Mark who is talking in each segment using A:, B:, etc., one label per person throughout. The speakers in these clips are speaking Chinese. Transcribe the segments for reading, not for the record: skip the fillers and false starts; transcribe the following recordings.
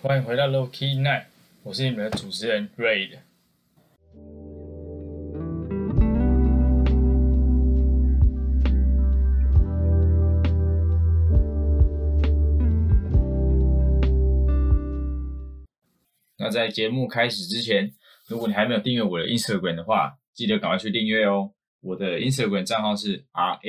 A: 欢迎回到 Low Key Night， 我是你们的主持人 Raid。那在节目开始之前，如果你还没有订阅我的 Instagram 的话，记得赶快去订阅哦。我的 Instagram 账号是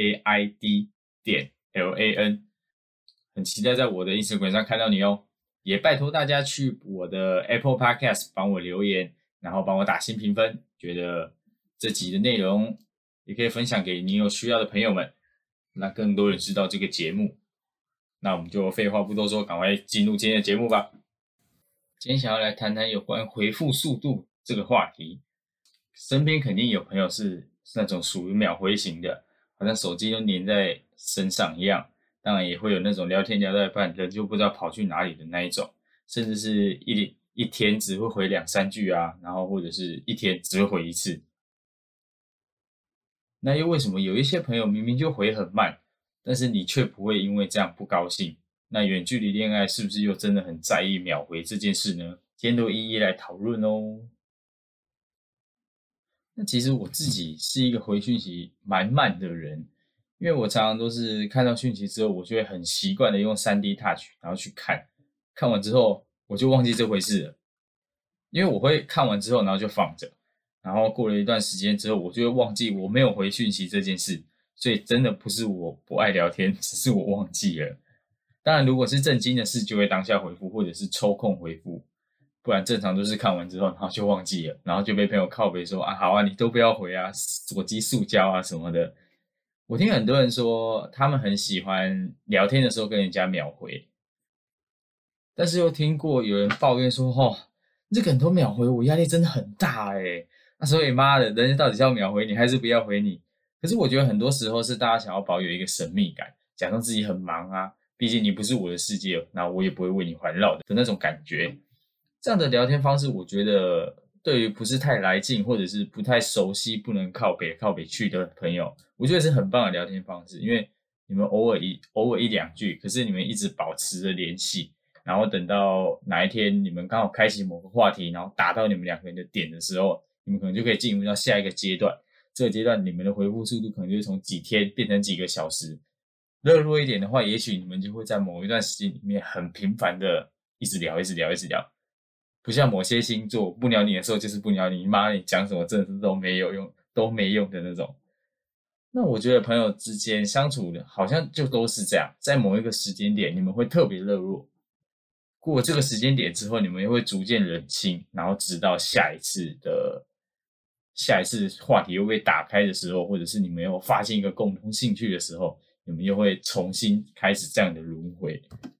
A: RAID.LAN， 很期待在我的 Instagram 上看到你哦。也拜托大家去我的 Apple Podcast 帮我留言，然后帮我打新评分，觉得这集的内容也可以分享给你有需要的朋友们，让更多人知道这个节目。那我们就废话不多说，赶快进入今天的节目吧。今天想要来谈谈有关回复速度这个话题。身边肯定有朋友是那种属于秒回型的，好像手机都黏在身上一样。当然也会有那种聊天聊到一半人就不知道跑去哪里的那一种，甚至是一天只会回2-3句啊，然后或者是一天只会回1次。那又为什么有一些朋友明明就回很慢，但是你却不会因为这样不高兴？那远距离恋爱是不是又真的很在意秒回这件事呢？今天都一一来讨论哦。那其实我自己是一个回讯息蛮慢的人，因为我常常都是看到讯息之后，我就会很习惯的用 3D Touch 然后去看，看完之后我就忘记这回事了。因为我会看完之后然后就放着，然后过了一段时间之后，我就会忘记我没有回讯息这件事，所以真的不是我不爱聊天，只是我忘记了。当然如果是正经的事就会当下回复，或者是抽空回复，不然正常都是看完之后然后就忘记了，然后就被朋友靠北说啊好啊你都不要回啊，手机塑胶啊什么的。我听很多人说他们很喜欢聊天的时候跟人家秒回，但是又听过有人抱怨说这个很多秒回我压力真的很大欸，那所以妈的人家到底是要秒回你还是不要回你？可是我觉得很多时候是大家想要保有一个神秘感，假装自己很忙啊，毕竟你不是我的世界，那我也不会为你环绕的那种感觉。这样的聊天方式我觉得对于不是太来劲或者是不太熟悉不能靠北靠北去的朋友，我觉得是很棒的聊天方式，因为你们偶尔一两句，可是你们一直保持着联系，然后等到哪一天你们刚好开启某个话题，然后打到你们两个人的点的时候，你们可能就可以进入到下一个阶段。这个阶段你们的回复速度可能就会从几天变成几个小时。热络一点的话，也许你们就会在某一段时间里面很频繁的一直聊。不像某些星座不鸟你的时候就是不鸟你，妈你讲什么真的是都没有用，都没用的那种。那我觉得朋友之间相处的好像就都是这样，在某一个时间点你们会特别热络，过这个时间点之后你们又会逐渐冷清，然后直到下一次话题又被打开的时候，或者是你们又发现一个共同兴趣的时候，你们又会重新开始这样的轮回。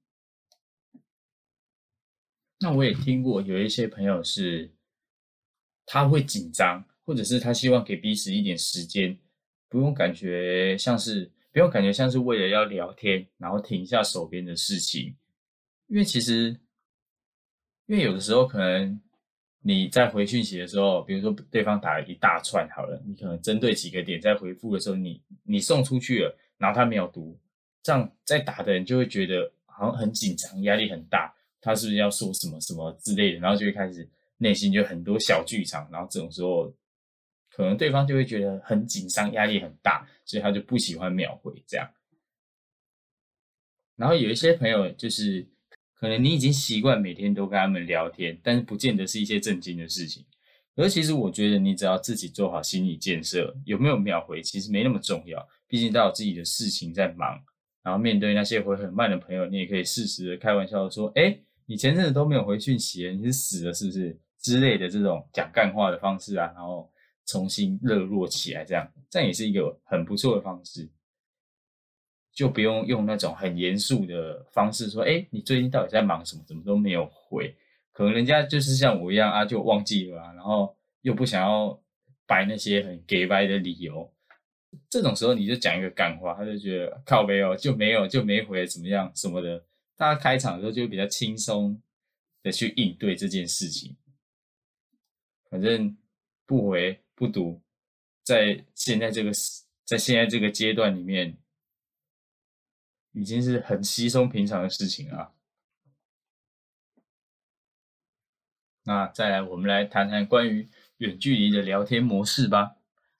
A: 那我也听过有一些朋友是他会紧张，或者是他希望给彼此一点时间，不用感觉像是为了要聊天，然后停下手边的事情。因为其实因为有的时候可能你在回讯息的时候，比如说对方打了一大串好了，你可能针对几个点在回复的时候，你送出去了，然后他没有读，这样在打的人就会觉得好像很紧张，压力很大，他是不是要说什么什么之类的，然后就会开始内心就很多小剧场，然后这种时候可能对方就会觉得很紧张，压力很大，所以他就不喜欢秒回这样。然后有一些朋友就是可能你已经习惯每天都跟他们聊天，但是不见得是一些正经的事情。而其实我觉得你只要自己做好心理建设，有没有秒回其实没那么重要，毕竟都有自己的事情在忙。然后面对那些回很慢的朋友，你也可以适时的开玩笑说，你前阵子都没有回讯息，你是死了是不是？之类的这种讲干话的方式啊，然后重新热络起来，这样也是一个很不错的方式。就不用用那种很严肃的方式说，你最近到底在忙什么？怎么都没有回？可能人家就是像我一样啊，就忘记了啊，然后又不想要摆那些很假掰的理由。这种时候你就讲一个干话，他就觉得靠北哦，就没回怎么样什么的。大家开场的时候就比较轻松的去应对这件事情。反正不回不读，在现在这个阶段里面，已经是很稀松平常的事情啊。 那再来，我们来谈谈关于远距离的聊天模式吧。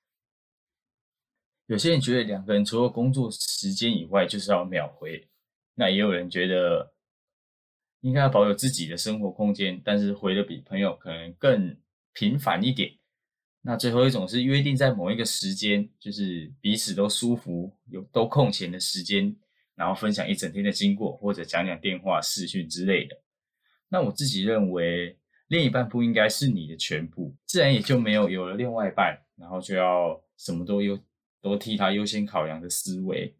A: 有些人觉得两个人除了工作时间以外就是要秒回，那也有人觉得应该要保有自己的生活空间，但是回的比朋友可能更频繁一点。那最后一种是约定在某一个时间，就是彼此都舒服、都空闲的时间，然后分享一整天的经过，或者讲讲电话、视讯之类的。那我自己认为，另一半不应该是你的全部，自然也就没有了另外一半，然后就要什么都替他优先考量的思维。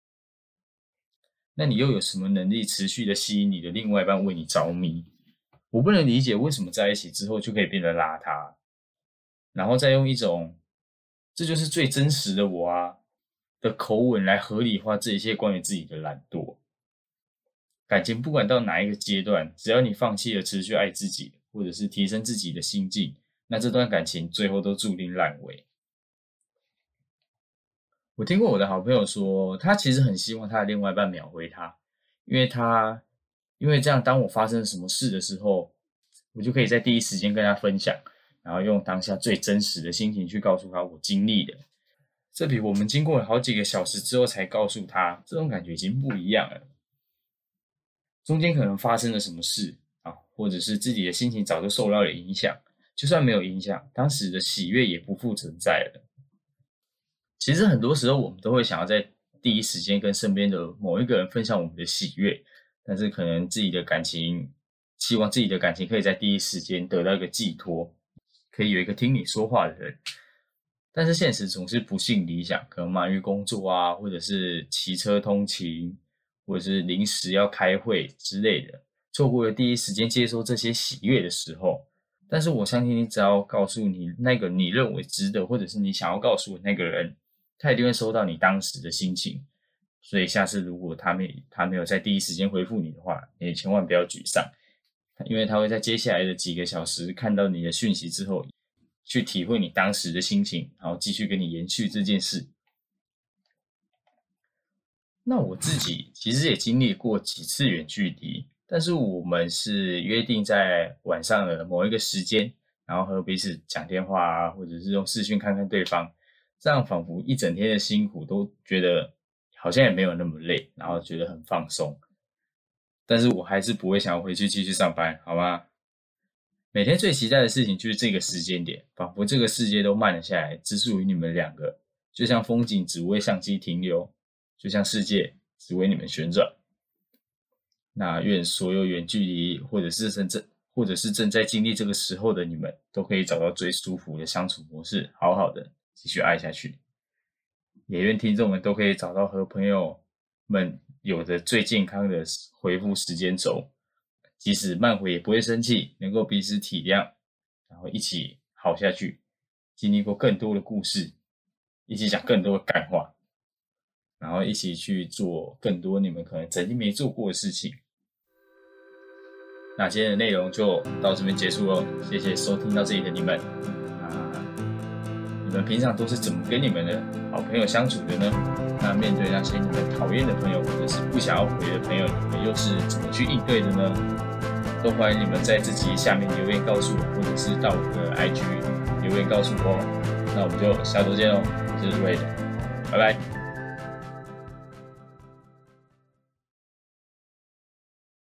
A: 那你又有什么能力持续的吸引你的另外一半为你着迷？我不能理解为什么在一起之后就可以变得邋遢，然后再用一种这就是最真实的我啊的口吻来合理化这一切关于自己的懒惰。感情不管到哪一个阶段，只要你放弃了持续爱自己，或者是提升自己的心境，那这段感情最后都注定烂尾。我听过我的好朋友说，他其实很希望他的另外一半秒回他，因为这样，当我发生什么事的时候，我就可以在第一时间跟他分享，然后用当下最真实的心情去告诉他我经历的。这比我们经过了好几个小时之后才告诉他，这种感觉已经不一样了。中间可能发生了什么事啊，或者是自己的心情早就受到了影响，就算没有影响，当时的喜悦也不复存在了。其实很多时候我们都会想要在第一时间跟身边的某一个人分享我们的喜悦，但是可能希望自己的感情可以在第一时间得到一个寄托，可以有一个听你说话的人。但是现实总是不尽理想，可能忙于工作啊，或者是骑车通勤，或者是临时要开会之类的，错过了第一时间接收这些喜悦的时候。但是我相信你只要告诉你那个你认为值得，或者是你想要告诉的那个人，他一定会收到你当时的心情。所以下次如果他没有在第一时间回复你的话，你也千万不要沮丧，因为他会在接下来的几个小时看到你的讯息之后，去体会你当时的心情，然后继续跟你延续这件事。那我自己其实也经历过几次远距离，但是我们是约定在晚上的某一个时间，然后和彼此讲电话啊，或者是用视讯看看对方，这样仿佛一整天的辛苦都觉得好像也没有那么累，然后觉得很放松。但是我还是不会想要回去继续上班，好吗？每天最期待的事情就是这个时间点，仿佛这个世界都慢了下来，只属于你们两个，就像风景只为相机停留，就像世界只为你们旋转。那愿所有远距离或者是正在经历这个时候的你们，都可以找到最舒服的相处模式，好好的继续爱下去。也愿听众们都可以找到和朋友们有着最健康的回复时间轴，即使慢回也不会生气，能够彼此体谅，然后一起好下去，经历过更多的故事，一起讲更多的干话，然后一起去做更多你们可能曾经没做过的事情。那今天的内容就到这边结束了，谢谢收听到这里的你们。你们平常都是怎么跟你们的好朋友相处的呢？那面对那些你们讨厌的朋友，或者是不想要回的朋友，你们又是怎么去应对的呢？都欢迎你们在这集下面留言告诉我，或者是到我的 IG 留言告诉我。那我们就下周见喽，我是Ray，拜拜。